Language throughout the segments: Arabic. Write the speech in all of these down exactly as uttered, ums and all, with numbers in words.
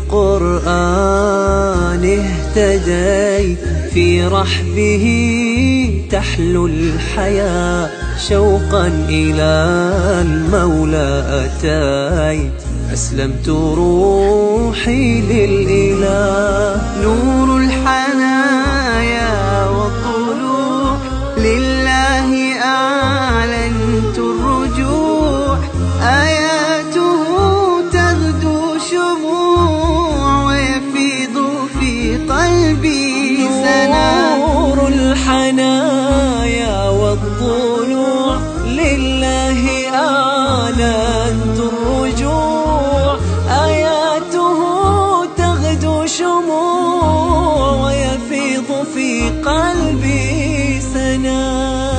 بالقرآن اهتديت، في رحبه تحلو الحياة، شوقا إلى المولى أتيت، أسلمت روحي للإله. نور الحنايا والطلوع لله أعلنت الرجوع، آياته تغدو شموع ويفيض في قلبي سنا. نور الحنايا والطلوع لله أعلنت الرجوع، آياته تغدو شموع ويفيض في قلبي سنا.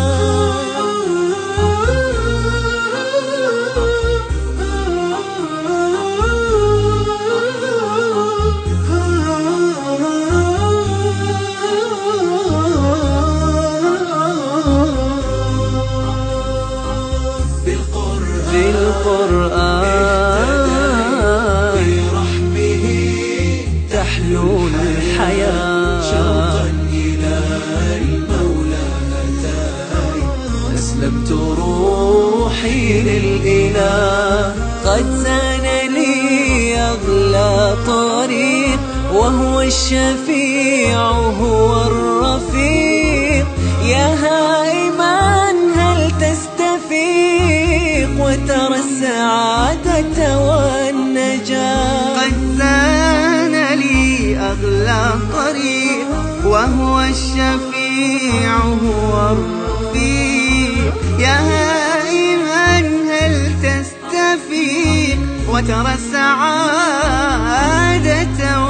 بالقرآن برحمه تحلو الحياة، شوقا إلى المولى أتاي، أسلمت روحي للإله. قد زان لي أغلى طريق، وهو الشفيع هو الرفيق، يا هائما هل تستفيق وترى السعادة والنجاة. قد زان لي أغلى طريق، وهو الشفيع هو الرفيق، يا هائما هل تستفيق وترى السعادة